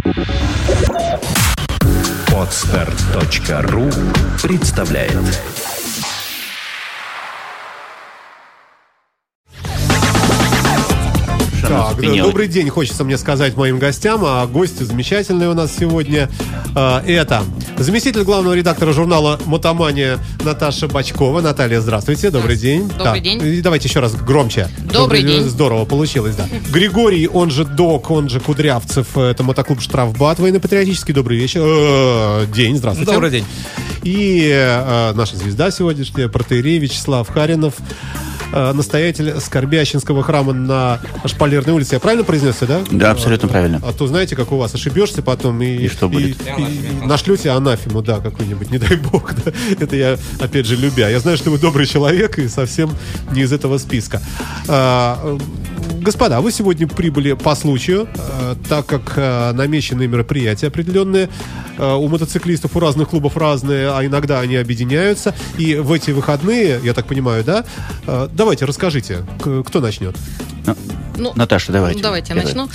Podster.ru представляет. Так, добрый день, хочется мне сказать моим гостям. А гости замечательные у нас сегодня. Это заместитель главного редактора журнала «Мотомания» Наташа Бочкова. Наталья, здравствуйте, добрый день. Добрый день. И давайте еще раз громче. Добрый день. Здорово получилось, да. Григорий, он же Док, он же Кудрявцев. Это мотоклуб «Штрафбат» военно-патриотический. Добрый вечер. День, здравствуйте. Добрый день. И наша звезда сегодняшняя, протоиерей Вячеслав Харинов, настоятель Скорбященского храма на Шпалерной улице. Я правильно произнес, да? Да, абсолютно правильно. А то, знаете, как у вас, ошибешься потом и что будет? И нашлете анафему, да, какую-нибудь, не дай бог. Да. Это я, опять же, любя. Я знаю, что вы добрый человек и совсем не из этого списка. Господа, вы сегодня прибыли по случаю, так как намеченные мероприятия определенные у мотоциклистов, у разных клубов разные, а иногда они объединяются. И в эти выходные, я так понимаю, да? Давайте, расскажите, кто начнет? Наташа, давайте. Давайте я начну.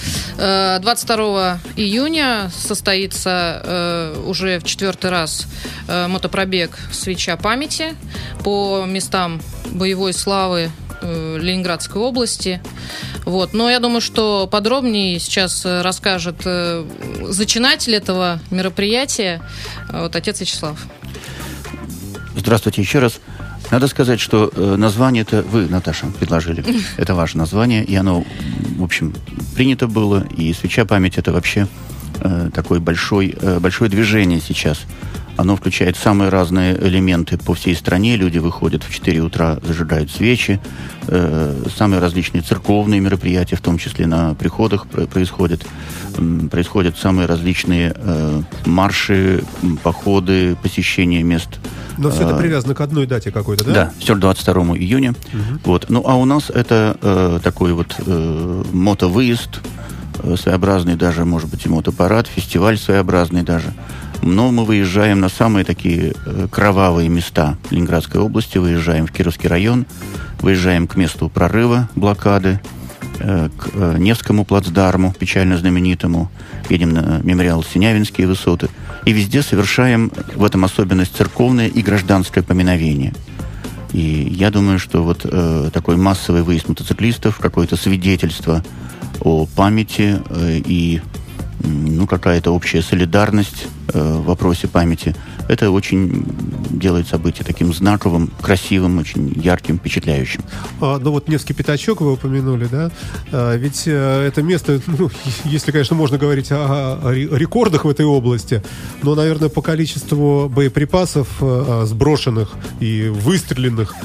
22 июня состоится уже в 4-й раз мотопробег «Свеча памяти» по местам боевой славы Ленинградской области. Вот. Но я думаю, что подробнее сейчас расскажет зачинатель этого мероприятия, отец Вячеслав. Здравствуйте еще раз. Надо сказать, что название-то вы, Наташа, предложили. Это ваше название, и оно, в общем, принято было. И «Свеча памяти» — это вообще такое большое движение сейчас. Оно включает самые разные элементы по всей стране. Люди выходят в 4 утра, зажигают свечи. Самые различные церковные мероприятия, в том числе на приходах, происходят. Происходят самые различные марши, походы, посещения мест. Но все это привязано к одной дате какой-то, да? Да, все 22 июня. Вот. Ну, а у нас это такой вот мотовыезд, своеобразный даже, может быть, и мотопарад, фестиваль своеобразный даже. Но мы выезжаем на самые такие кровавые места Ленинградской области. Выезжаем в Кировский район, выезжаем к месту прорыва блокады, к Невскому плацдарму, печально знаменитому. Едем на мемориал Синявинские высоты. И везде совершаем в этом особенность церковное и гражданское поминовение. И я думаю, что вот такой массовый выезд мотоциклистов, какое-то свидетельство о памяти и какая-то общая солидарность в вопросе памяти, это очень делает событие таким знаковым, красивым, очень ярким, впечатляющим. Невский пятачок вы упомянули, да? Ведь это место, если, конечно, можно говорить о рекордах в этой области, но, наверное, по количеству боеприпасов, сброшенных и выстреленных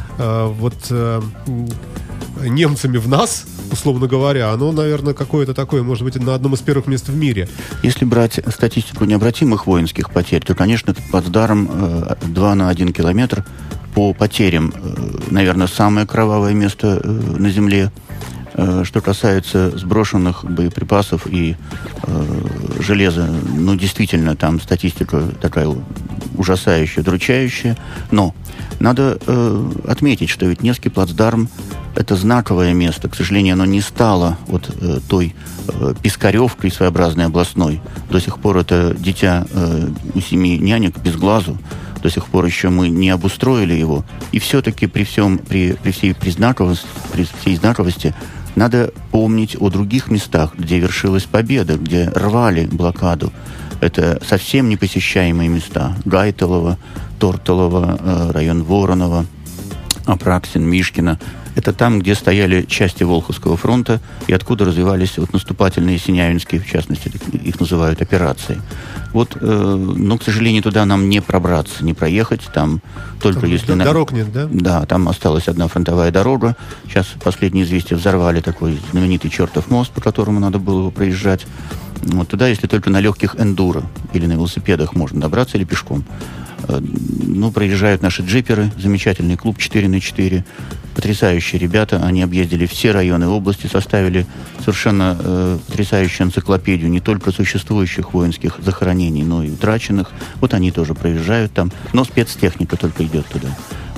немцами в нас, условно говоря, оно, наверное, какое-то такое, может быть, на одном из первых мест в мире. Если брать статистику необратимых воинских потерь, то, конечно, этот плацдарм 2 на 1 километр по потерям, наверное, самое кровавое место на земле. Что касается сброшенных боеприпасов и железа, действительно, там статистика такая ужасающая, удручающая. Но надо отметить, что ведь Невский плацдарм — это знаковое место. К сожалению, оно не стало той Пискаревкой своеобразной областной. До сих пор это дитя у 7 нянек без глазу. До сих пор еще мы не обустроили его. И все-таки при всей знаковости надо помнить о других местах, где вершилась победа, где рвали блокаду. Это совсем непосещаемые места. Гайтолово, Тортолово, район Воронова, Апраксин, Мишкино. Это там, где стояли части Волховского фронта и откуда развивались наступательные синявинские, в частности, их называют операции. Но, к сожалению, туда нам не пробраться, не проехать. Там только там если... Дорог нет, да? Да, там осталась одна фронтовая дорога. Сейчас последние известия: взорвали такой знаменитый чертов мост, по которому надо было его проезжать. Туда, если только на легких эндуро или на велосипедах можно добраться, или пешком. Проезжают наши джиперы, замечательный клуб 4х4, потрясающие ребята, они объездили все районы области, составили совершенно потрясающую энциклопедию не только существующих воинских захоронений, но и утраченных. Они тоже проезжают там, но спецтехника только идет туда.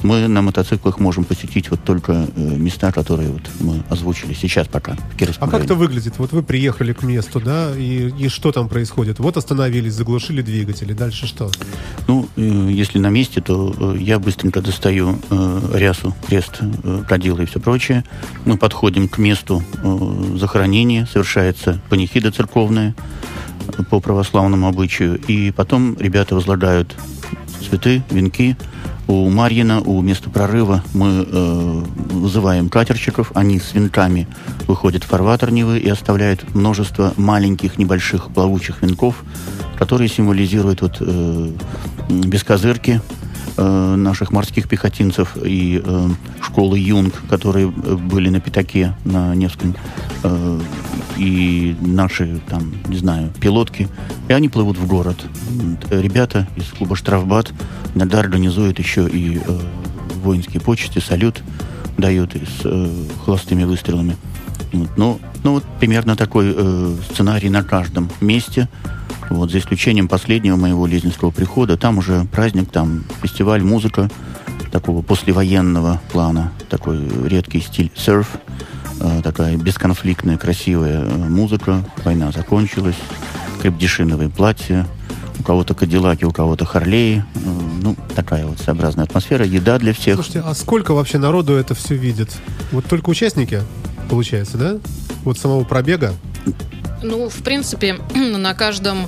Мы на мотоциклах можем посетить вот только места, которые вот мы озвучили сейчас пока в Кировском А как это районе. выглядит? Вот вы приехали к месту, да, и что там происходит? Вот остановились, заглушили двигатели, дальше что? Ну, если на месте, то я быстренько достаю рясу, крест, кадила и все прочее. Мы подходим к месту захоронения, совершается панихида церковная по православному обычаю, и потом ребята возлагают цветы, венки. У Марьина, у места прорыва мы вызываем катерщиков, они с венками выходят в фарватер Невы и оставляют множество маленьких, небольших плавучих венков, которые символизируют вот, бескозырки наших морских пехотинцев и школы Юнг, которые были на пятаке на Невском, и наши, там, не знаю, пилотки, и они плывут в город. Ребята из клуба «Штрафбат» иногда организуют еще и воинские почести, салют дают и с холостыми выстрелами. Вот. Ну, вот примерно такой сценарий на каждом месте. Вот, за исключением последнего моего лезнинского прихода. Там уже праздник, там фестиваль, музыка такого послевоенного плана. Такой редкий стиль серф. Такая бесконфликтная, красивая музыка. Война закончилась. Крепдешиновые платья. У кого-то кадиллаки, у кого-то харлеи. Ну, такая вот своеобразная атмосфера. Еда для всех. Слушайте, а сколько вообще народу это все видит? Вот только участники, получается, да? Вот самого пробега? Ну, в принципе, на каждом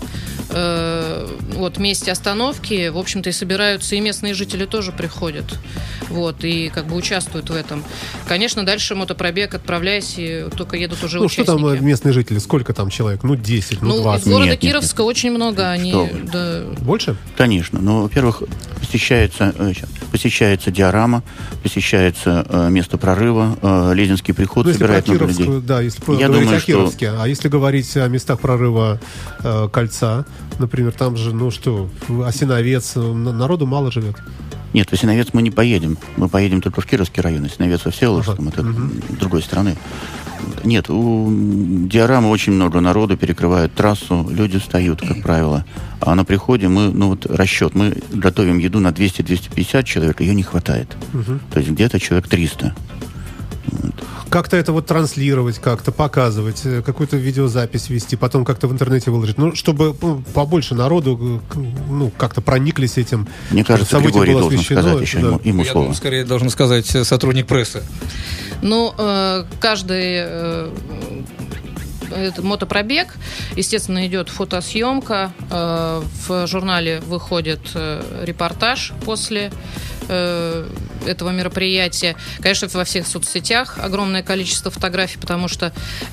вот месте остановки, в общем-то, и собираются, и местные жители тоже приходят, вот, и как бы участвуют в этом. Конечно, дальше мотопробег, отправляясь, и только едут уже участники. Ну, что там местные жители? Сколько там человек? Ну, 10, ну, 20? Из города Нет. Кировска очень много. Они, да. Больше? Конечно. Но, во-первых, посещается диорама, посещается место прорыва, Лезинский приход, Ну, если про собирает много людей. Кировск, да, если Я говорить думаю, о Кировске, а если говорить о местах прорыва кольца, например, там же, ну что, Осиновец, народу мало живет. Нет, в Осиновец мы не поедем. Мы поедем только в Кировский район. Осиновец во Всеволожском, это с другой стороны. Нет, у диорамы очень много народу, перекрывают трассу, люди встают, как правило. А на приходе мы, ну вот расчет, мы готовим еду на 200-250 человек, ее не хватает. То есть где-то человек 300. Вот. Как-то это вот транслировать, как-то показывать, какую-то видеозапись вести, потом как-то в интернете выложить. Ну, чтобы побольше народу, ну, как-то прониклись этим. Мне кажется, Григорий должен сказать еще ему Я слово. думаю, скорее должен сказать сотрудник прессы. Ну, каждый мотопробег, естественно, идет фотосъемка. В журнале выходит репортаж после этого мероприятия. Конечно, во всех соцсетях огромное количество фотографий, потому что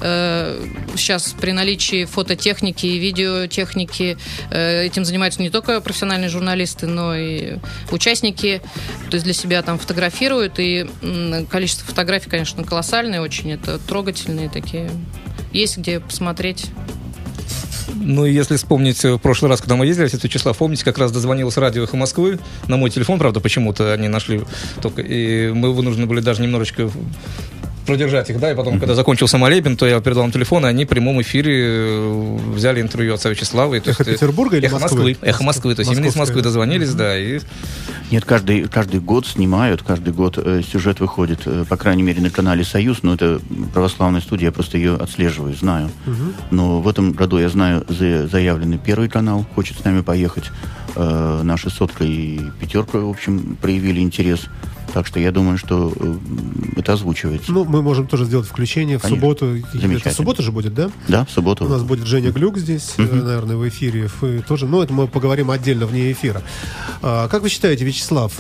сейчас при наличии фототехники и видеотехники этим занимаются не только профессиональные журналисты, но и участники, то есть для себя там фотографируют, и количество фотографий, конечно, колоссальное очень, это трогательные такие. Есть где посмотреть. Ну, и если вспомнить в прошлый раз, когда мы ездили, отец Вячеслав, помните, как раз дозвонилось радио «Эхо Москвы» на мой телефон, правда, почему-то они нашли только, и мы вынуждены были даже немножечко продержать их, да, и потом, когда закончился молебен, то я передал им телефон, и они в прямом эфире взяли интервью отца Вячеслава. Эхо Петербурга или Москвы? Эхо Москвы, то есть именно из Москвы дозвонились, да. И... Нет, каждый год снимают, каждый год сюжет выходит, по крайней мере, на канале «Союз», но это православная студия, я просто ее отслеживаю, знаю. Но в этом году, я знаю, заявленный Первый канал, хочет с нами поехать. Наши «Сотка» и «Пятерка», в общем, проявили интерес. Так что я думаю, что это озвучивается. Ну, мы можем тоже сделать включение в субботу. Это в субботу же будет, да? Да, в субботу. У нас будет Женя Глюк здесь, наверное, в эфире. Тоже, ну, это мы поговорим отдельно вне эфира. Как вы считаете, Вячеслав,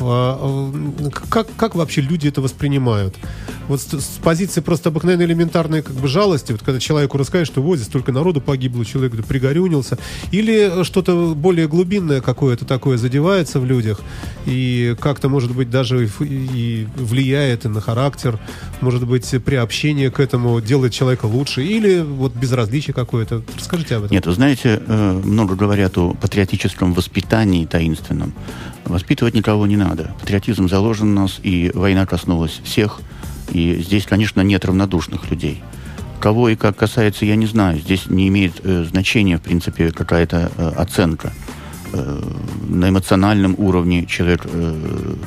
как вообще люди это воспринимают? Вот с позиции просто обыкновенной элементарной как бы жалости, вот когда человеку расскажешь, что вот здесь столько народу погибло, человек пригорюнился, или что-то более глубинное какое-то такое задевается в людях, и как-то, может быть, даже и влияет и на характер, может быть, приобщение к этому делает человека лучше, или вот безразличие какое-то. Расскажите об этом. Нет, вы знаете, много говорят о патриотическом воспитании таинственном. Воспитывать никого не надо. Патриотизм заложен в нас, и война коснулась всех. И здесь, конечно, нет равнодушных людей. Кого и как касается, я не знаю. Здесь не имеет значения, в принципе, какая-то оценка. На эмоциональном уровне человек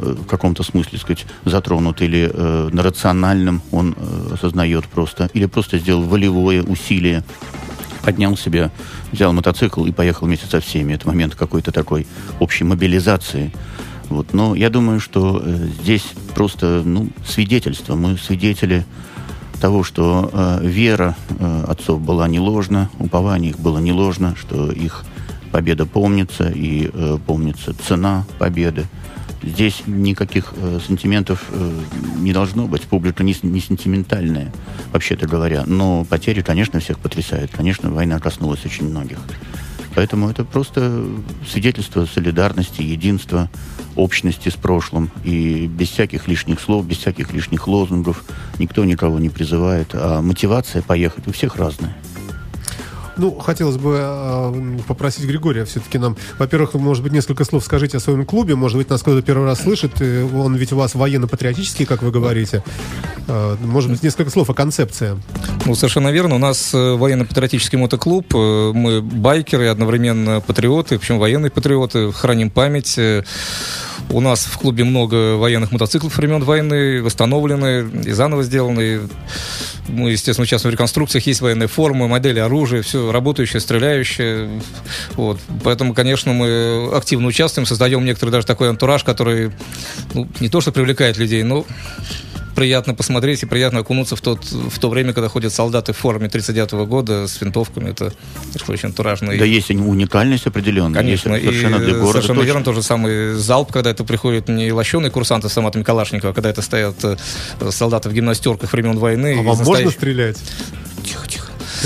в каком-то смысле, сказать, затронут, или на рациональном он осознает просто, или просто сделал волевое усилие, поднял себя, взял мотоцикл и поехал вместе со всеми. Это момент какой-то такой общей мобилизации. Вот. Но я думаю, что здесь просто свидетельство. Мы свидетели того, что вера отцов была не ложна, упование их было не ложно, что их победа помнится, и помнится цена победы. Здесь никаких сантиментов не должно быть. Публика не сентиментальная, вообще-то говоря. Но потери, конечно, всех потрясают. Конечно, война коснулась очень многих. Поэтому это просто свидетельство солидарности, единства, общности с прошлым. И без всяких лишних слов, без всяких лишних лозунгов никто никого не призывает. А мотивация поехать у всех разная. Хотелось бы попросить Григория все-таки нам, во-первых, может быть, несколько слов скажите о своем клубе. Может быть, нас кто-то первый раз слышит. Он ведь у вас военно-патриотический, как вы говорите. Может быть, несколько слов о концепции. Совершенно верно. У нас военно-патриотический мотоклуб. Мы байкеры, одновременно патриоты, причем военные патриоты. Храним память. У нас в клубе много военных мотоциклов времен войны, восстановлены и заново сделаны. Мы, естественно, участвуем в реконструкциях, есть военные формы, модели оружия, все работающее, стреляющее. Вот. Поэтому, конечно, мы активно участвуем, создаем некоторый даже такой антураж, который не то что привлекает людей, но приятно посмотреть и приятно окунуться в то время, когда ходят солдаты в форме 1939 года с винтовками. Это очень антуражно. Да, есть уникальность определенная. Конечно. Есть совершенно для города. Совершенно верно, тот же самый залп, когда это приходят не лощеные курсанты с автоматами Калашникова, а когда это стоят солдаты в гимнастерках времен войны. А вам можно стрелять? Тихо.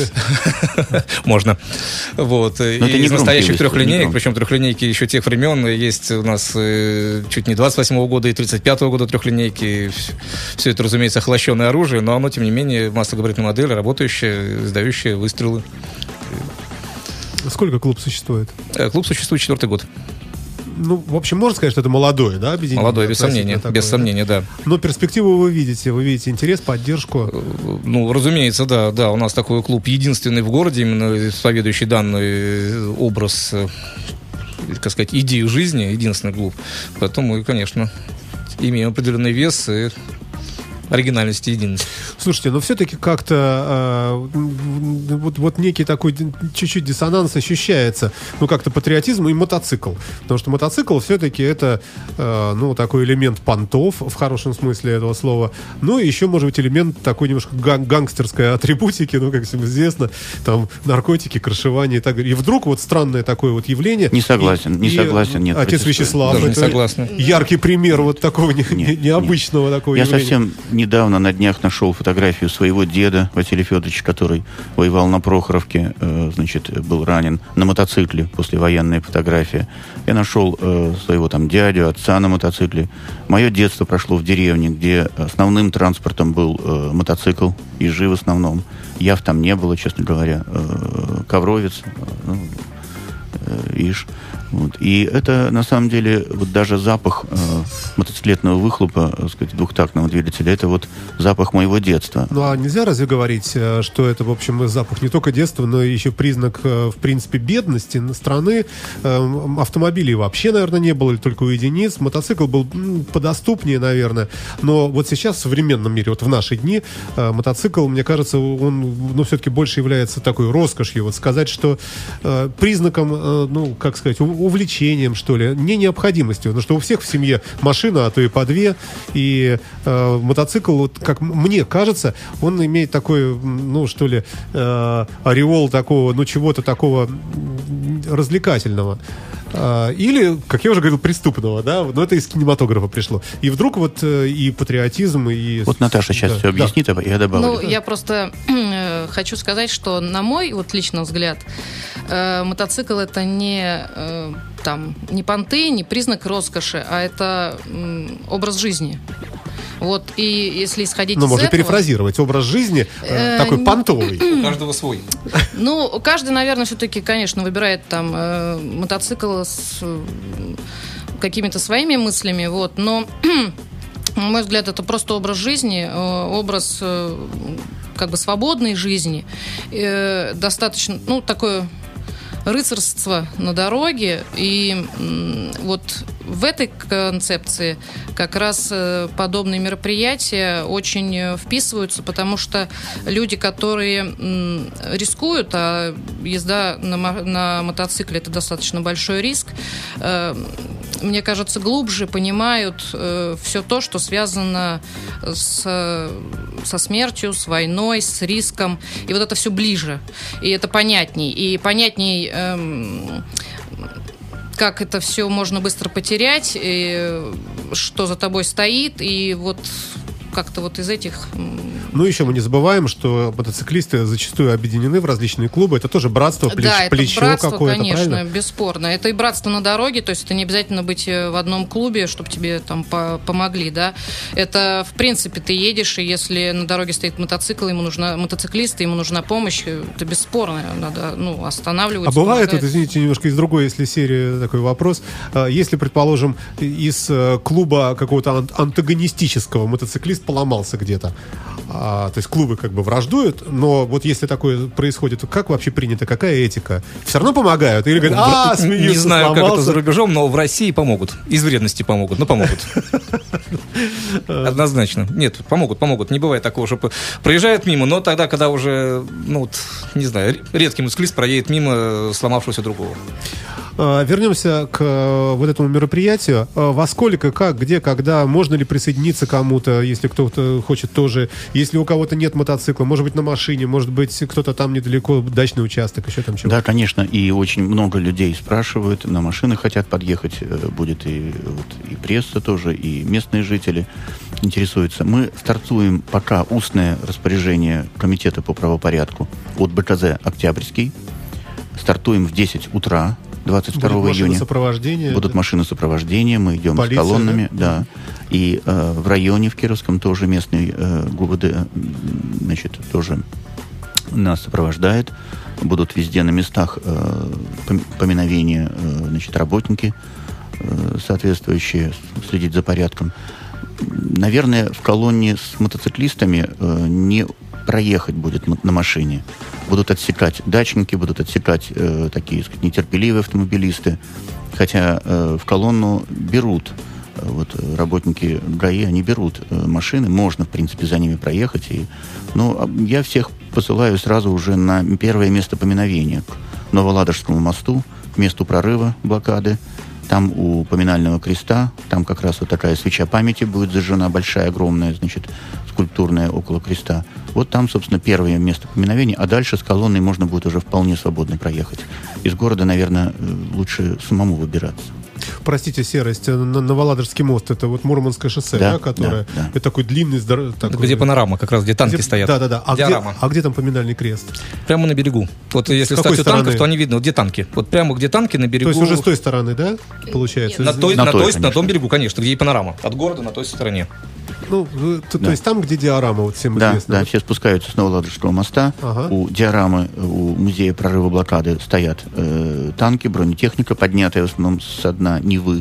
Можно. Вот. И из настоящих трехлинеек, причем трехлинейки еще тех времен, есть у нас чуть не 28-го года и 35-го года трехлинейки. Все это, разумеется, охлащенное оружие, но оно, тем не менее, массогабаритная модель, работающая, издающая выстрелы. Сколько клуб существует? Клуб существует 4-й год. В общем, можно сказать, что это молодое, да, объединение? Молодое, без сомнения, такое, без сомнения, да. Но перспективу вы видите интерес, поддержку? Разумеется, да, у нас такой клуб единственный в городе, именно исповедующий данный образ, так сказать, идею жизни, единственный клуб. Поэтому мы, конечно, имеем определенный вес и оригинальность и единость. Слушайте, но все-таки как-то вот некий такой чуть-чуть диссонанс ощущается. Как-то патриотизм и мотоцикл. Потому что мотоцикл все-таки это такой элемент понтов, в хорошем смысле этого слова. И еще, может быть, элемент такой немножко гангстерской атрибутики, как всем известно, там наркотики, крышевание и так далее. И вдруг странное такое явление. Не согласен, нет. Отец Вячеслав, даже не согласен. Яркий пример такого необычного такого явления. Я совсем недавно на днях нашел фотографию своего деда Василия Федоровича, который воевал на Прохоровке, был ранен на мотоцикле, послевоенная фотография. Я нашел своего дядю, отца на мотоцикле. Мое детство прошло в деревне, где основным транспортом был мотоцикл, ежи в основном. Яв там не было, честно говоря. Ковровец, Иж. И это, на самом деле, даже запах мотоциклетного выхлопа, двухтактного двигателя, это запах моего детства. А нельзя разве говорить, что это, в общем, запах не только детства, но еще признак, в принципе, бедности страны? Автомобилей вообще, наверное, не было, или только у единиц. Мотоцикл был подоступнее, наверное. Но сейчас в современном мире, в наши дни, мотоцикл, мне кажется, он, все-таки больше является такой роскошью. Сказать, что признаком, увлечением, что ли, не необходимостью. Потому что у всех в семье машина, а то и по две. И мотоцикл, как мне кажется, он имеет такой, ореол такого, чего-то такого развлекательного. Или, как я уже говорил, преступного, да, но это из кинематографа пришло. И вдруг и патриотизм, и... Наташа сейчас все объяснит, а я добавлю. Я просто хочу сказать, что, на мой личный взгляд, мотоцикл это не понты, не признак роскоши, а это образ жизни. И если исходить из этого... можно перефразировать. Образ жизни такой понтовый. У каждого свой. Каждый, наверное, все-таки, конечно, выбирает мотоцикл с какими-то своими мыслями, но, на мой взгляд, это просто образ жизни, образ свободной жизни. Достаточно, такое рыцарство на дороге. И в этой концепции как раз подобные мероприятия очень вписываются, потому что люди, которые рискуют, а езда на мотоцикле – это достаточно большой риск, мне кажется, глубже понимают все то, что связано со смертью, с войной, с риском. И вот это все ближе. И это понятней. И понятней, как это все можно быстро потерять, и что за тобой стоит. И вот как-то вот из этих... Ну, еще мы не забываем, что мотоциклисты зачастую объединены в различные клубы. Это тоже братство, да, плечо это братство, какое-то, конечно, правильно? бесспорно. Это и братство на дороге, то есть это не обязательно быть в одном клубе, чтобы тебе там помогли, да. Это, в принципе, ты едешь, и если на дороге стоит мотоцикл, мотоциклист, ему нужна помощь, это бесспорно. Надо, останавливаться. А бывает, вот, извините, немножко из другой, если серии такой вопрос, если, предположим, из клуба какого-то антагонистического мотоциклист поломался где-то, то есть клубы как бы враждуют, но вот если такое происходит, то как вообще принято, какая этика? Все равно помогают? Или говорят, смеются, не знаю, сломался. как это за рубежом, но в России помогут. Из вредности помогут, но помогут. Однозначно. Нет, помогут. Не бывает такого, что проезжают мимо, но тогда, когда уже, не знаю, редкий мотоциклист проедет мимо сломавшегося другого. Вернемся к вот этому мероприятию. Во сколько, как, где, когда? Можно ли присоединиться кому-то, если кто-то хочет тоже? Если у кого-то нет мотоцикла, может быть, на машине, может быть, кто-то там недалеко, дачный участок, еще там чего-то? Да, конечно, и очень много людей спрашивают, на машины хотят подъехать, будет и пресса тоже, и местные жители интересуются. Мы стартуем пока устное распоряжение Комитета по правопорядку от БКЗ «Октябрьский». Стартуем в 10 утра. 22 июня будут машины сопровождения, мы идем полиция, с колоннами, да. И в районе в Кировском тоже местный ГУВД, тоже нас сопровождает. Будут везде на местах поминовения, работники соответствующие, следить за порядком. Наверное, в колонне с мотоциклистами не проехать будет на машине. Будут отсекать дачники, будут отсекать такие, сказать, нетерпеливые автомобилисты. Хотя в колонну берут, работники ГАИ, они берут машины, можно, в принципе, за ними проехать. Но я всех посылаю сразу уже на первое место поминовения, к Новоладожскому мосту, к месту прорыва блокады. Там у поминального креста, там как раз вот такая свеча памяти будет зажжена, большая, огромная, скульптурная около креста. Вот там, собственно, первое место поминовения, а дальше с колонной можно будет уже вполне свободно проехать. Из города, наверное, лучше самому выбираться. Простите, серость, Новоладожский мост, это вот Мурманское шоссе, да, которое... Да. Это такой длинный... Где панорама, как раз, где танки стоят. Да. А где там поминальный крест? Прямо на берегу. Вот если встать у танков, то они видны, вот где танки. Вот прямо где танки на берегу... То есть уже с той стороны, да, получается? На том берегу, конечно, где и панорама. От города на той стороне. То есть там, где диорама, вот всем известно. Да, все спускаются с Новоладожского моста. Ага. У диорамы, у музея прорыва блокады стоят танки, бронетехника, поднятая в основном со дна Невы.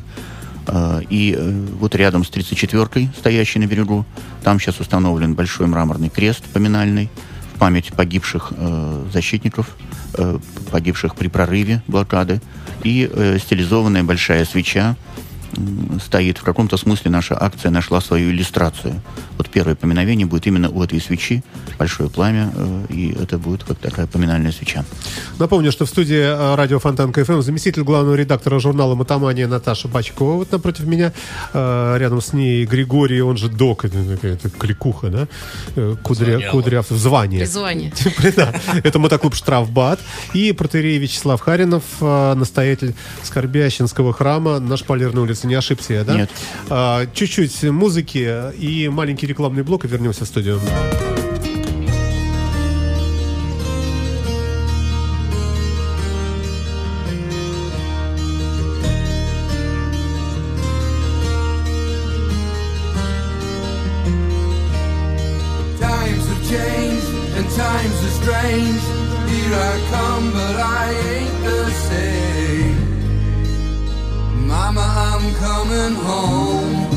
И вот рядом с 34-й, стоящей на берегу, там сейчас установлен большой мраморный крест поминальный в память погибших защитников, погибших при прорыве блокады. И стилизованная большая свеча стоит. В каком-то смысле наша акция нашла свою иллюстрацию. Вот первое поминовение будет именно у этой свечи, большое пламя, и это будет как такая поминальная свеча. Напомню, что в студии радио Фонтан КФМ заместитель главного редактора журнала «Мотомания» Наташа Бачкова вот напротив меня. Рядом с ней Григорий, он же Док, это кликуха, да? Кудрявцев, звание. Это мотоклуб «Штрафбат». И протоиерей Вячеслав Харинов, настоятель Скорбященского храма на Шпалерной улице. Не ошибся я, да? Нет. Чуть-чуть музыки и маленький рекламный блок, и вернемся в студию. Times have changed and times are strange. Here I come, but I ain't the same. Mama, I'm coming home.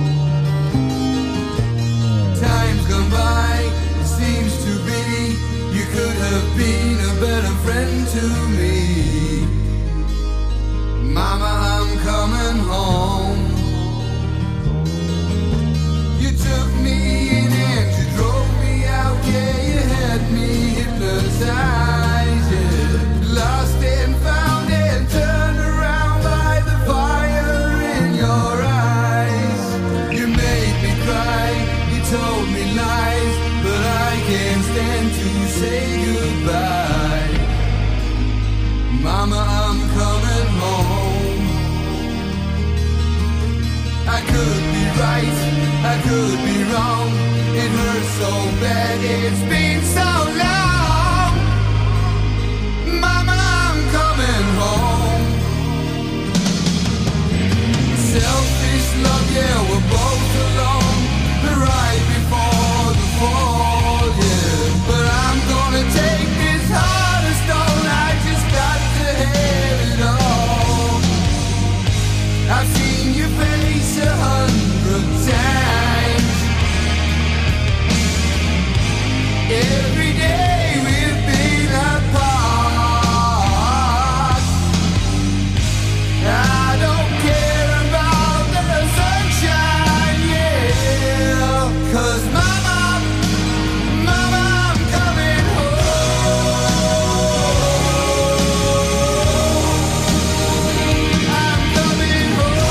Time's gone by, it seems to be you could have been a better friend to me. Mama, I'm coming home. Mama, I'm coming home. I could be right, I could be wrong. It hurts so bad, it's been so long. Mama, I'm coming home. Selfish love, yeah, we're both alone. Right before the fall, yeah. But I'm gonna take this heart of stone. I just got to have it all. I've seen your face 100 times. Every day we've been apart. I don't care about the sunshine, yeah. 'Cause mama, mama, I'm coming home. I'm coming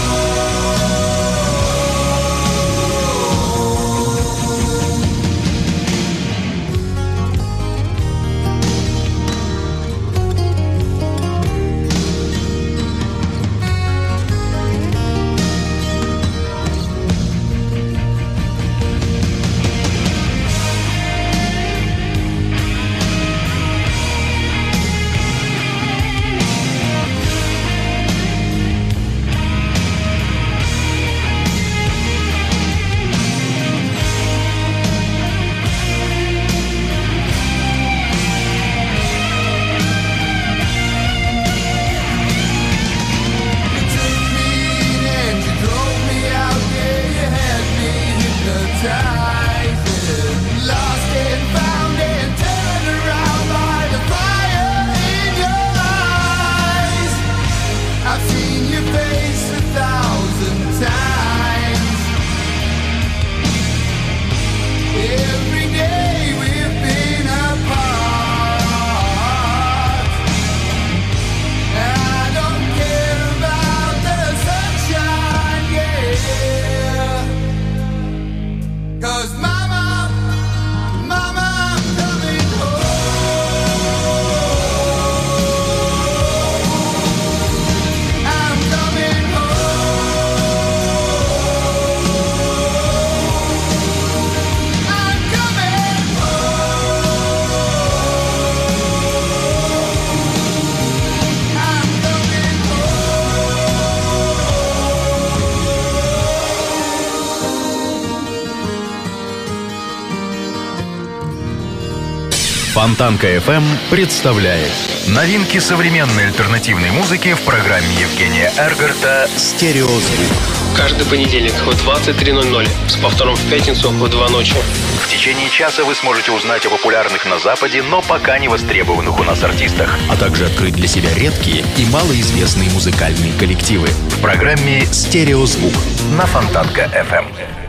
Фонтанка FM представляет новинки современной альтернативной музыки в программе Евгения Эргарта «Стереозвук». Каждый понедельник в 23:00 с повтором в пятницу в 2 ночи. В течение часа вы сможете узнать о популярных на Западе, но пока не востребованных у нас артистах, а также открыть для себя редкие и малоизвестные музыкальные коллективы в программе «Стереозвук» на Фонтанка FM.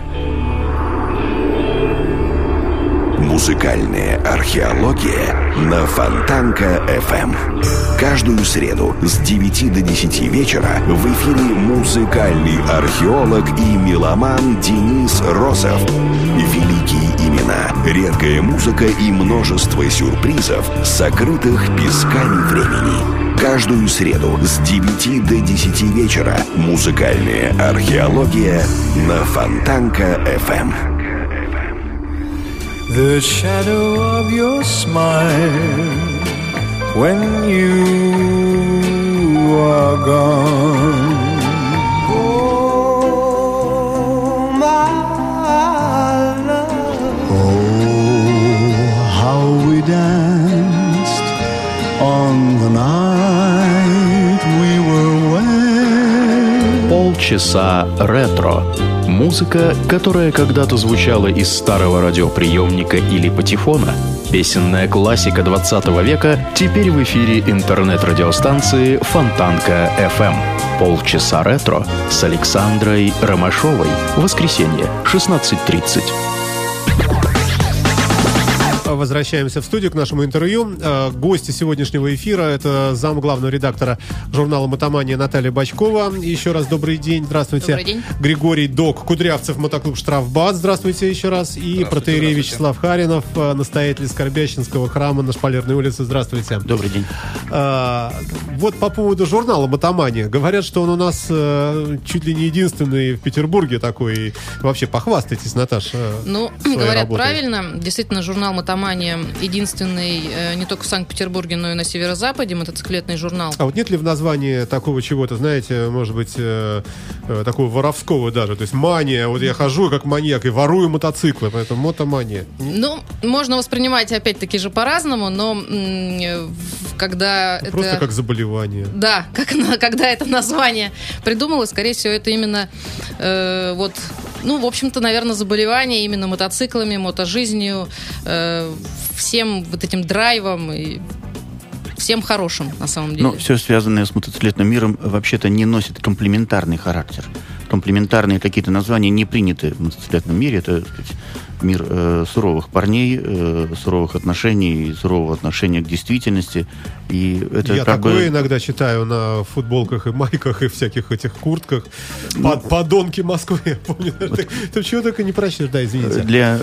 Музыкальная археология на Фонтанка FM. Каждую среду с 9 до 10 вечера в эфире музыкальный археолог и меломан Денис Росов. Великие имена, редкая музыка и множество сюрпризов, сокрытых песками времени. Каждую среду с 9 до 10 вечера музыкальная археология на Фонтанка FM. The shadow of your smile when you are gone. Oh, my love. Oh, how we danced on the night we were wed. Полчаса ретро. Музыка, которая когда-то звучала из старого радиоприемника или патефона. Песенная классика 20 века теперь в эфире интернет-радиостанции Фонтанка FM. Полчаса ретро с Александрой Ромашовой. Воскресенье, 16:30. возвращаемся в студию к нашему интервью. Гости сегодняшнего эфира — это зам главного редактора журнала «Мотомания» Наталья Бочкова. Еще раз добрый день. Здравствуйте. Добрый день. Григорий Док, Кудрявцев, мотоклуб «Штрафбат». Здравствуйте еще раз. И протоиерей Вячеслав Харинов, настоятель Скорбященского храма на Шпалерной улице. Здравствуйте. Добрый день. Вот по поводу журнала «Мотомания». Говорят, что он у нас чуть ли не единственный в Петербурге такой. Вообще, похвастайтесь, Наташа. Ну, говорят работой. Правильно. Действительно, журнал «Мотомания» единственный не только в Санкт-Петербурге, но и на северо-западе мотоциклетный журнал. А вот нет ли в названии такого чего-то, знаете, может быть, такого воровского даже? То есть мания. Вот я хожу как маньяк и ворую мотоциклы, поэтому «Мотомания». Ну, можно воспринимать опять-таки же по-разному, но когда просто это... как заболевание. Да, когда это название придумалось, скорее всего, это именно в общем-то, наверное, заболевание именно мотоциклами, мотожизнью, всем вот этим драйвом и всем хорошим, на самом деле. Но все связанное с мотоциклетным миром вообще-то не носит комплементарный характер. Комплементарные какие-то названия не приняты в мотоциклетном мире. Это, так сказать, мир суровых парней, суровых отношений, сурового отношения к действительности. И это я такое иногда читаю на футболках и майках и всяких этих куртках. Подонки Москвы, я помню. Ты чего только не прочтешь, да, извините. Для,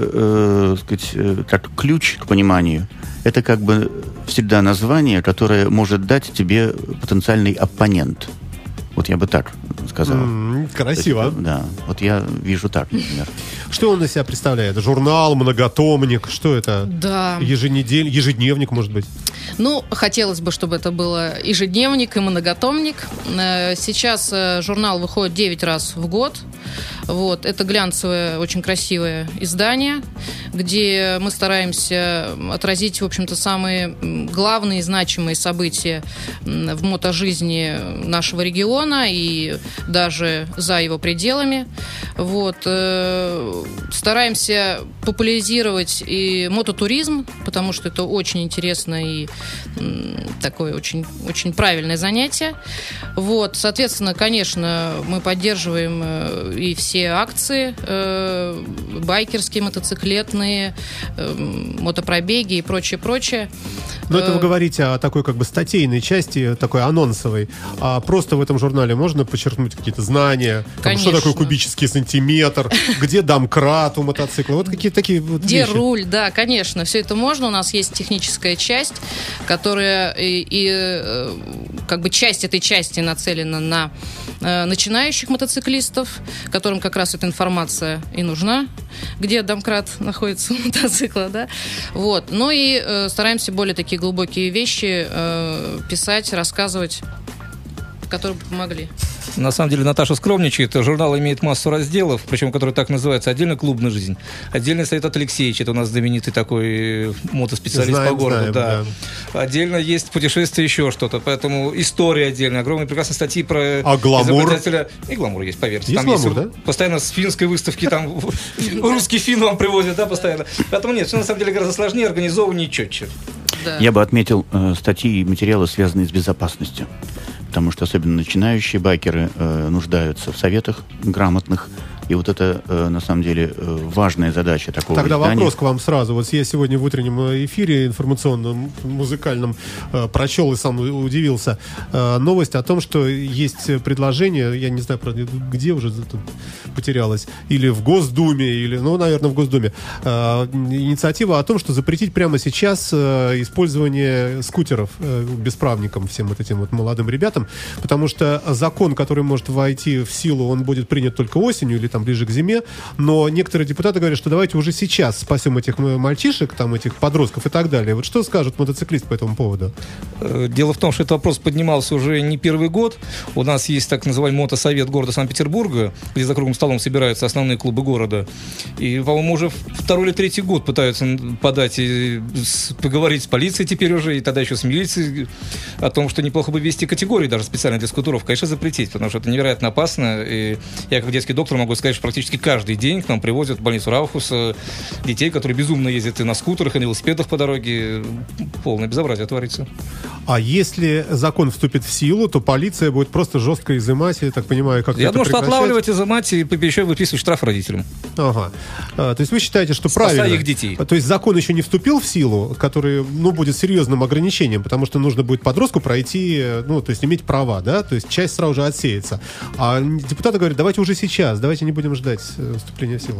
как ключ к пониманию, это как бы всегда название, которое может дать тебе потенциальный оппонент. Вот я бы так сказал. Красиво. Есть, да, вот я вижу так, например. Что он из себя представляет? Журнал, многотомник? Что это? Да. Ежедневник, может быть? Ну, хотелось бы, чтобы это было ежедневник и многотомник. Сейчас журнал выходит 9 раз в год. Вот. Это глянцевое, очень красивое издание, где мы стараемся отразить, в общем-то, самые главные и значимые события в мотожизни нашего региона и даже за его пределами. Вот. Стараемся популяризировать и мототуризм, потому что это очень интересно и такое очень, очень правильное занятие. Вот. Соответственно, конечно, мы поддерживаем и все акции байкерские, мотоциклетные, мотопробеги и прочее. Но это вы говорите о такой как бы статейной части, такой анонсовой. А просто в этом журнале можно подчеркнуть какие-то знания? Там, что такое кубический сантиметр? Где домкрат у мотоцикла? Вот какие-то такие вот где вещи. Руль, да, конечно. Все это можно. У нас есть техническая часть, которая как бы часть этой части нацелена на начинающих мотоциклистов, которым как раз эта информация и нужна, где домкрат находится у мотоцикла, да. Вот. Ну и стараемся более такие глубокие вещи писать, рассказывать, которые бы помогли. На самом деле Наташа скромничает. Журнал имеет массу разделов, причем который так называется: отдельно клубная жизнь, отдельно Совет от Алексеевича, это у нас знаменитый такой мотоспециалист по городу. Да. Отдельно есть путешествие, еще что-то. Поэтому история отдельная, огромные прекрасные статьи про изобретателя. И гламур есть, поверьте. Есть там гламур, есть, да? Постоянно с финской выставки там русский фин вам привозят, да, постоянно. Поэтому нет, все на самом деле гораздо сложнее, организованнее и четче. Я бы отметил статьи и материалы, связанные с безопасностью. Потому что особенно начинающие байкеры нуждаются в советах грамотных. И вот это, на самом деле, важная задача такого Тогда издания. Вопрос к вам сразу. Вот я сегодня в утреннем эфире информационном, музыкальном прочел и сам удивился. Новость о том, что есть предложение, я не знаю, где уже тут потерялось, или в Госдуме, или, наверное, в Госдуме, инициатива о том, что запретить прямо сейчас использование скутеров бесправникам, всем вот этим вот молодым ребятам, потому что закон, который может войти в силу, он будет принят только осенью или там ближе к зиме, но некоторые депутаты говорят, что давайте уже сейчас спасем этих мальчишек, там этих подростков и так далее. Вот что скажет мотоциклист по этому поводу? Дело в том, что этот вопрос поднимался уже не первый год. У нас есть так называемый мотосовет города Санкт-Петербурга, где за круглым столом собираются основные клубы города. И, по-моему, уже второй или третий год пытаются подать и поговорить с полицией теперь уже, и тогда еще с милицией, о том, что неплохо бы ввести категории даже специально для скутеров. Конечно, запретить, потому что это невероятно опасно. И я как детский доктор могу сказать, сказать, что практически каждый день к нам привозят в больницу Раухуса детей, которые безумно ездят и на скутерах, и на велосипедах по дороге. Полное безобразие творится. А если закон вступит в силу, то полиция будет просто жестко изымать, я так понимаю, как-то Я это думаю, что прекращать? отлавливать, изымать и еще выписывать штраф родителям. Ага. То есть вы считаете, что Спасая правильно? их детей. То есть закон еще не вступил в силу, который, будет серьезным ограничением, потому что нужно будет подростку пройти, то есть иметь права, да? То есть часть сразу же отсеется. А депутаты говорят, давайте уже сейчас, давайте не будем ждать вступления в силу.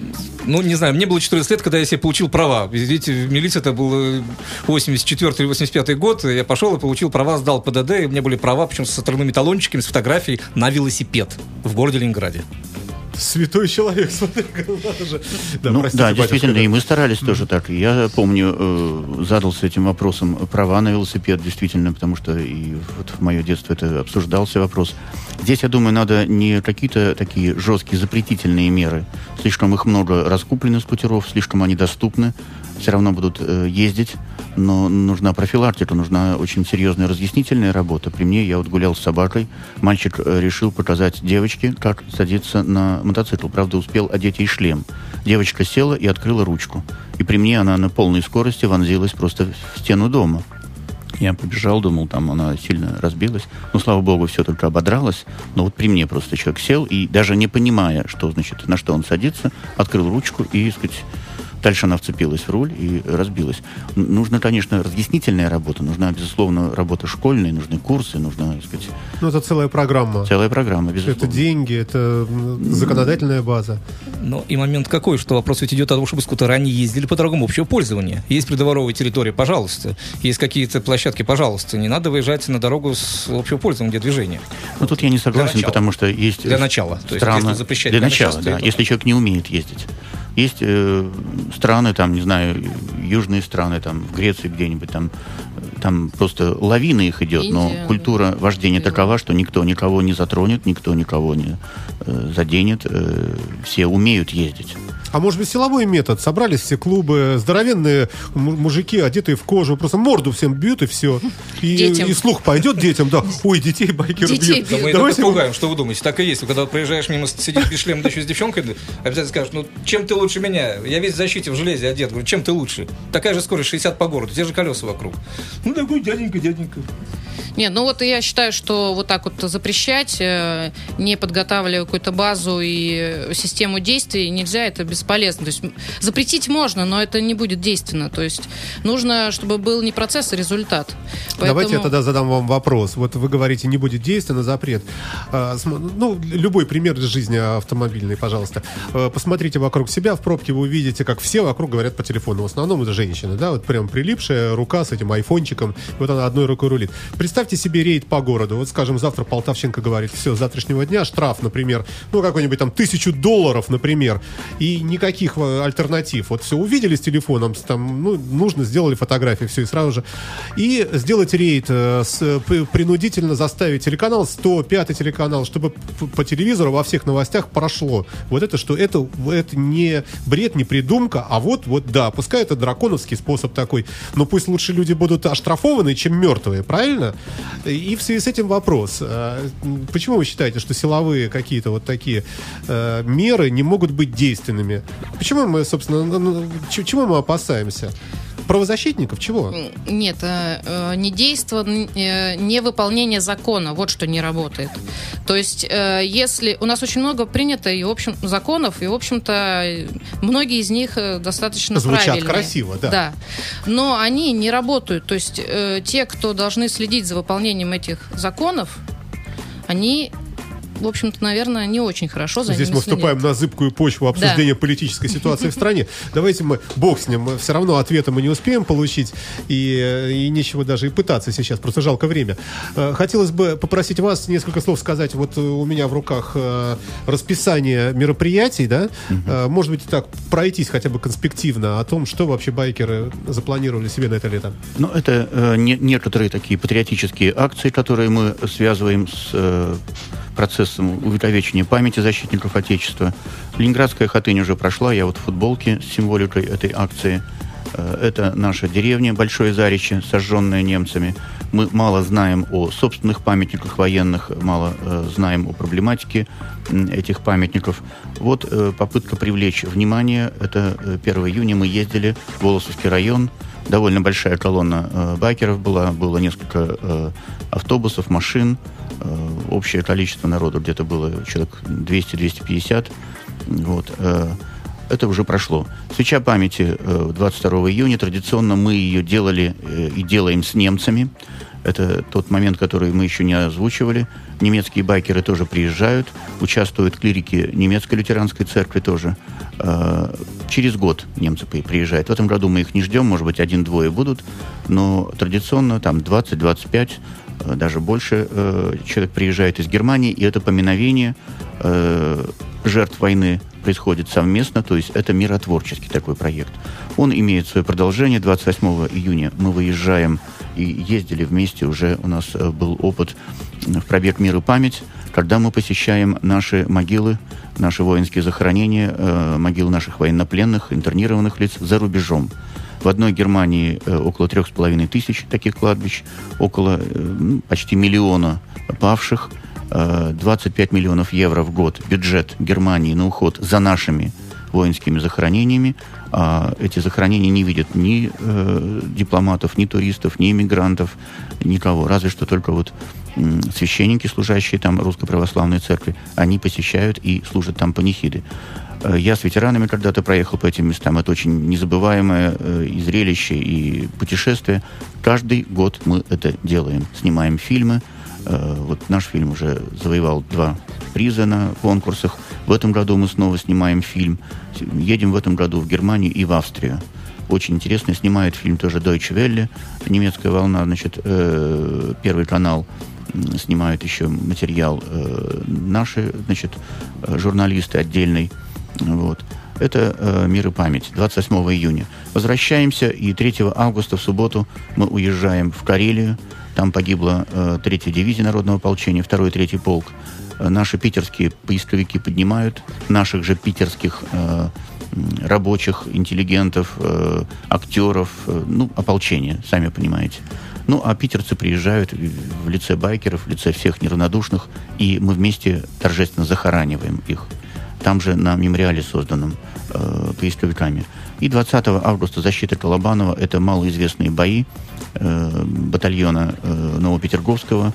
Не знаю, мне было 14 лет, когда я себе получил права. Видите, в милиции это был 84 или 85 год, я пошел и получил права, сдал ПДД, и у меня были права, причем с отрывными талончиками, с фотографией на велосипед в городе Ленинграде. Святой человек, смотри, надо же. Да, действительно, и мы старались тоже так. Я помню, задался этим вопросом права на велосипед, действительно, потому что и вот в мое детство это обсуждался вопрос. Здесь, я думаю, надо не какие-то такие жесткие запретительные меры. Слишком их много раскуплено скутеров, слишком они доступны, все равно будут ездить, но нужна профилактика, нужна очень серьезная разъяснительная работа. При мне я гулял с собакой, мальчик решил показать девочке, как садиться на мотоцикл. Правда, успел одеть ей шлем. Девочка села и открыла ручку. И при мне она на полной скорости вонзилась просто в стену дома. Я побежал, думал, там она сильно разбилась. Слава богу, все только ободралось. Но при мне просто человек сел и даже не понимая, на что он садится, открыл ручку и, дальше она вцепилась в руль и разбилась. Нужна, конечно, разъяснительная работа, нужна, безусловно, работа школьная, нужны курсы, нужна, это целая программа. Целая программа, безусловно. Это деньги, это законодательная база. И момент какой, что вопрос ведь идет о том, чтобы скутера не ездили по дорогам общего пользования. Есть придворовые территории, пожалуйста. Есть какие-то площадки, пожалуйста. Не надо выезжать на дорогу с общего пользования, где движение. Тут я не согласен, потому что есть... Для начала. То есть, если запрещать для начала, да. Если человек не умеет ездить. Есть страны, южные страны, в Греции где-нибудь, там просто лавина их идет, Индия, но культура вождения такова, что никто никого не затронет, никто никого не заденет, все умеют ездить. А может быть, силовой метод? Собрались все клубы, здоровенные мужики, одетые в кожу, просто морду всем бьют, и все. И слух пойдет детям, да. Ой, детей байкеры бьют. Да мы это пугаем, что вы думаете? Так и есть. Когда проезжаешь мимо, сидишь без шлема, да еще с девчонкой, обязательно скажешь, чем ты лучше меня? Я весь в защите, в железе одет. Говорю, чем ты лучше? Такая же скорость 60 по городу, те же колеса вокруг. Такой дяденька. Нет, я считаю, что вот так вот запрещать, не подготавливая какую-то базу и систему действий, нельзя, это бесполезно. То есть запретить можно, но это не будет действенно. То есть нужно, чтобы был не процесс, а результат. Поэтому... Давайте я тогда задам вам вопрос. Вот вы говорите, не будет действенно запрет. Любой пример из жизни автомобильной, пожалуйста. Посмотрите вокруг себя, в пробке вы увидите, как все вокруг говорят по телефону. В основном это женщины, да, вот прям прилипшая рука с этим айфончиком, вот она одной рукой рулит. Представьте себе рейд по городу. Вот, скажем, завтра Полтавченко говорит, все, с завтрашнего дня штраф, например, какой-нибудь $1000, например, и никаких альтернатив. Вот все, увидели с телефоном, нужно, сделали фотографии, все, и сразу же. И сделать рейд, принудительно заставить телеканал, 105-й телеканал, чтобы по телевизору во всех новостях прошло. Вот это, что это не бред, не придумка, а да, пускай это драконовский способ такой, но пусть лучше люди будут оштрафованы, чем мертвые, правильно? И в связи с этим вопрос. Почему вы считаете, что силовые какие-то вот такие меры не могут быть действенными? Почему мы, собственно, чего мы опасаемся? Правозащитников? Чего? Нет, недейство, невыполнение закона. Вот что не работает. То есть, если... У нас очень много принято, и, в общем, законов, и, в общем-то, многие из них достаточно звучат правильные. Звучат красиво, да. Да. Но они не работают. То есть, те, кто должны следить за выполнением этих законов, они... в общем-то, наверное, не очень хорошо за Здесь ними мы вступаем на зыбкую почву обсуждения политической ситуации в стране. Давайте бог с ним, все равно ответа мы не успеем получить, и нечего даже и пытаться сейчас, просто жалко время. Хотелось бы попросить вас несколько слов сказать. Вот у меня в руках расписание мероприятий, да? Может быть, так пройтись хотя бы конспективно о том, что вообще байкеры запланировали себе на это лето. Это некоторые такие патриотические акции, которые мы связываем с процессом увековечения памяти защитников Отечества. Ленинградская хатынь уже прошла, я в футболке с символикой этой акции. Это наша деревня Большое Зарище, сожженная немцами. Мы мало знаем о собственных памятниках военных, мало знаем о проблематике этих памятников. Вот попытка привлечь внимание. Это 1 июня мы ездили в Волосовский район. Довольно большая колонна байкеров была. Было несколько автобусов, машин. Общее количество народу где-то было человек 200-250. Вот. Это уже прошло. Свеча памяти 22 июня. Традиционно мы ее делали и делаем с немцами. Это тот момент, который мы еще не озвучивали. Немецкие байкеры тоже приезжают. Участвуют клирики немецкой лютеранской церкви тоже. Через год немцы приезжают. В этом году мы их не ждем. Может быть, 1-2 будут. Но традиционно там 20-25, даже больше человек приезжает из Германии. И это поминовение жертв войны происходит совместно, то есть это миротворческий такой проект. Он имеет свое продолжение. 28 июня мы выезжаем и ездили вместе, уже у нас был опыт в пробег «Мир и память», когда мы посещаем наши могилы, наши воинские захоронения, могилы наших военнопленных, интернированных лиц за рубежом. В одной Германии около 3500 таких кладбищ, около почти 1 миллиона павших, 25 миллионов евро в год бюджет Германии на уход за нашими воинскими захоронениями. А эти захоронения не видят ни дипломатов, ни туристов, ни иммигрантов, никого. Разве что только вот священники, служащие там Русской Православной Церкви, они посещают и служат там панихиды. Я с ветеранами когда-то проехал по этим местам. Это очень незабываемое и зрелище, и путешествие. Каждый год мы это делаем. Снимаем фильмы. Вот наш фильм уже завоевал 2 приза на конкурсах. В этом году мы снова снимаем фильм. Едем в этом году в Германию и в Австрию. Очень интересно. Снимает фильм тоже Deutsche Welle, немецкая волна. Значит, Первый канал снимают еще материал наши, значит, журналисты отдельный. Вот. Это «Мир и память», 28 июня. Возвращаемся, и 3 августа в субботу мы уезжаем в Карелию. Там погибла 3-я дивизия народного ополчения, 2-й и 3-й полк. Наши питерские поисковики поднимают наших же питерских рабочих, интеллигентов, актеров, ополчение, сами понимаете. А питерцы приезжают в лице байкеров, в лице всех неравнодушных, и мы вместе торжественно захораниваем их. Там же на мемориале, созданном поисковиками. И 20 августа защита Колобанова. Это малоизвестные бои батальона Новопетерговского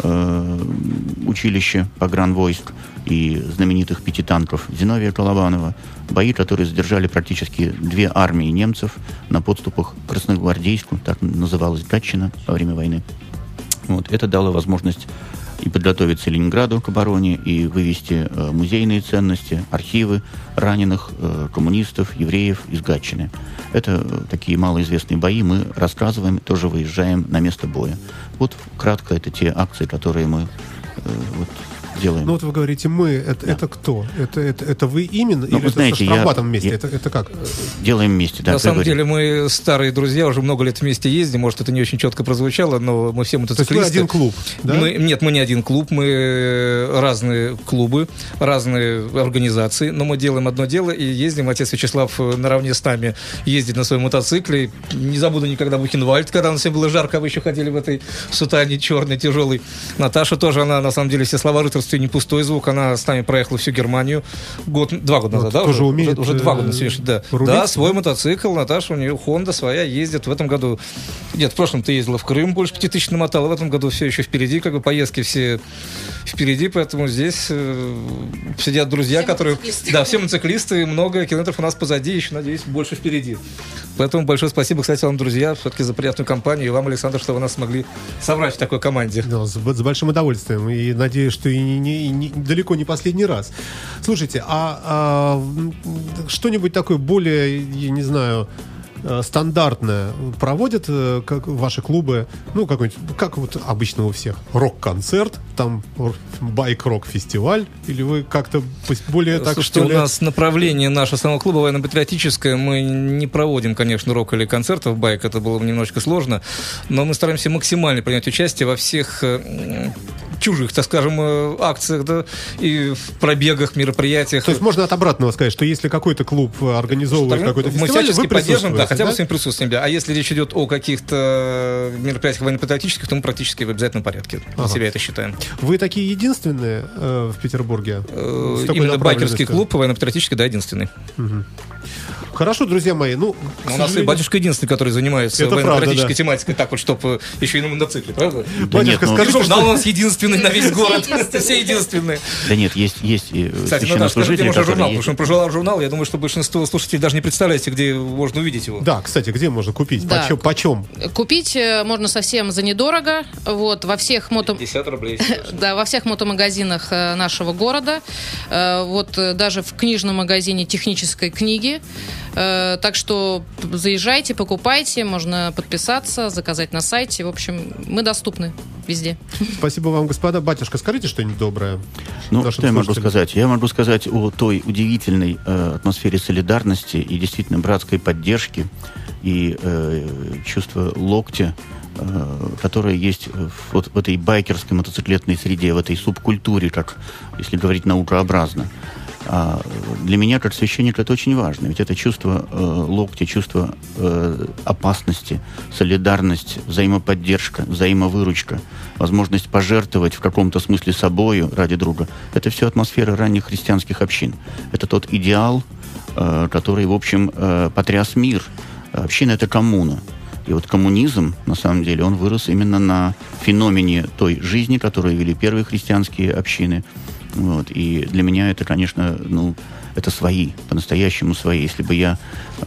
училища погранвойск и знаменитых 5 танков Зиновия Колобанова. Бои, которые задержали практически 2 армии немцев на подступах к Красногвардейску, так называлась Гатчина во время войны. Вот. Это дало возможность и подготовиться Ленинграду к обороне, и вывести музейные ценности, архивы раненых коммунистов, евреев из Гатчины. Это такие малоизвестные бои, мы рассказываем, тоже выезжаем на место боя. Вот кратко это те акции, которые мы делаем. Вот вы говорите «мы», это кто? Это вы именно? Или вы знаете, это со Штрафбатом вместе? Это как? Делаем вместе, да. На самом деле мы старые друзья, уже много лет вместе ездим. Может, это не очень четко прозвучало, но мы все мотоциклисты. То есть вы один клуб, да? Нет, мы не один клуб, мы разные клубы, разные организации, но мы делаем одно дело и ездим. Отец Вячеслав наравне с нами ездит на своем мотоцикле. Не забуду никогда Бухенвальд, когда у нас всем было жарко, а вы еще ходили в этой сутане черной, тяжелой. Наташа тоже, она на самом деле все слова рыцарства не пустой звук, она с нами проехала всю Германию 2 года назад, да? Тоже умеет уже 2 года свежий, да. рулить? Да, свой мотоцикл, Наташа, у нее Honda своя, ездит. В этом году, нет, в прошлом ты ездила в Крым, больше 5000 намотала, в этом году все еще впереди, поездки все впереди, поэтому здесь сидят друзья, которые... Да, все мотоциклисты, много километров у нас позади, еще, надеюсь, больше впереди. Поэтому большое спасибо, кстати, вам, друзья, все-таки за приятную компанию, и вам, Александр, что вы нас смогли собрать в такой команде. Да, с большим удовольствием, и надеюсь, что и далеко не последний раз. Слушайте, а что-нибудь такое более, я не знаю, стандартное проводят как ваши клубы, какой-нибудь, как вот обычно у всех, рок-концерт, там байк-рок-фестиваль, или вы как-то более так, Слушайте, у нас направление нашего самого клуба военно-патриотическое, мы не проводим, конечно, рок или концертов, байк, это было бы немножко сложно, но мы стараемся максимально принять участие во всех чужих, так скажем, акциях, да, и в пробегах, мероприятиях. То есть можно от обратного сказать, что если какой-то клуб организовывает какой-то фестиваль, мы всячески вы поддерживаем, да, присутствуете, хотя бы своим присутствием, да. А если речь идет о каких-то мероприятиях военно-патриотических, то мы практически в обязательном порядке для себя это считаем. Вы такие единственные в Петербурге? Именно байкерский клуб военно-патриотический, да, единственный. Хорошо, друзья мои. Ну, у нас и батюшка единственный, который занимается военно-патриотической тематикой, так вот, чтобы еще и на мотоцикле, правда? Батюшка, скажи, журнал у нас единственный на весь город. Все единственные. Да нет, есть Кстати, Наташа, скажи, где можно журнал? Потому что он прожелал журнал, я думаю, что большинство слушателей даже не представляете, где можно увидеть его. Да, кстати, где можно купить? Да. Почем? Купить можно совсем за недорого. Вот, во всех 50 рублей. Да, во всех мотомагазинах нашего города. Вот даже в книжном магазине технической книги. Так что заезжайте, покупайте, можно подписаться, заказать на сайте. В общем, мы доступны везде. Спасибо вам, господа. Батюшка, скажите что-нибудь доброе. Ну, что я могу сказать? Я могу сказать о той удивительной атмосфере солидарности и действительно братской поддержки и чувства локтя, которое есть в этой байкерской мотоциклетной среде, в этой субкультуре, как, если говорить наукообразно. А для меня, как священника, это очень важно. Ведь это чувство локтя, чувство опасности, солидарность, взаимоподдержка, взаимовыручка, возможность пожертвовать в каком-то смысле собою ради друга. Это все атмосфера ранних христианских общин. Это тот идеал, который, в общем, потряс мир. Община — это коммуна. И вот коммунизм, на самом деле, он вырос именно на феномене той жизни, которую вели первые христианские общины. Вот. И для меня это, конечно, это свои, по-настоящему свои. Если бы я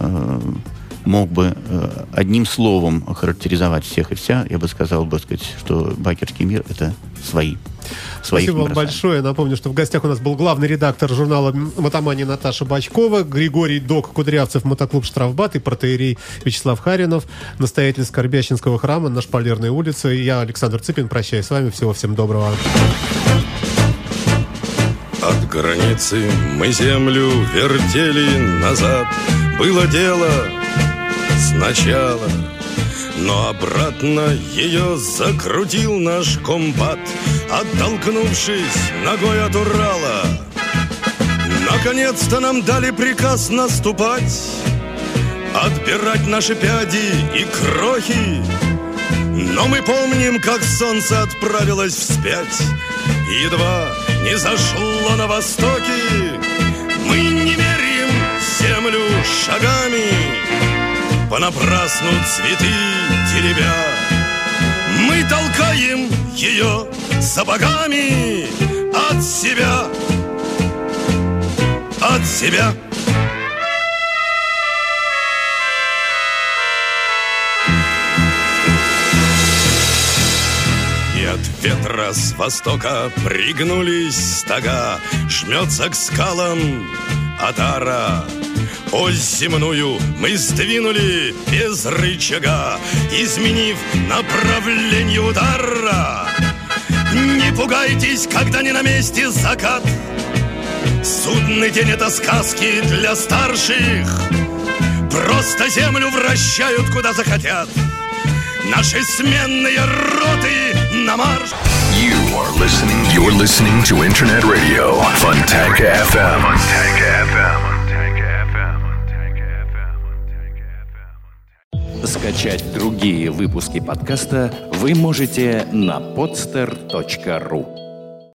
мог бы одним словом охарактеризовать всех и вся, я бы сказал, что байкерский мир — это свои. Спасибо вам большое. Напомню, что в гостях у нас был главный редактор журнала «Мотомания» Наташа Бачкова, Григорий Док Кудрявцев, мотоклуб «Штрафбат» и протоиерей Вячеслав Харинов, настоятель Скорбященского храма на Шпалерной улице. И я, Александр Цыпин, прощаюсь с вами. Всего всем доброго. От границы мы землю вертели назад. Было дело сначала, но обратно ее закрутил наш комбат, оттолкнувшись ногой от Урала. Наконец-то нам дали приказ наступать, отбирать наши пяди и крохи. Но мы помним, как солнце отправилось вспять, едва не зашло на востоке. Мы не меряем землю шагами, понапрасну цветы теребя. Мы толкаем ее сапогами от себя, от себя. И от ветра с востока пригнулись стога, жмется к скалам отара. Ось земную мы сдвинули без рычага, изменив направление удара. Не пугайтесь, когда не на месте закат. Судный день — это сказки для старших. Просто землю вращают, куда захотят. Наши сменные роты на марш. You're listening to Internet Radio Fontanka FM. Скачать другие выпуски подкаста вы можете на podster.ru.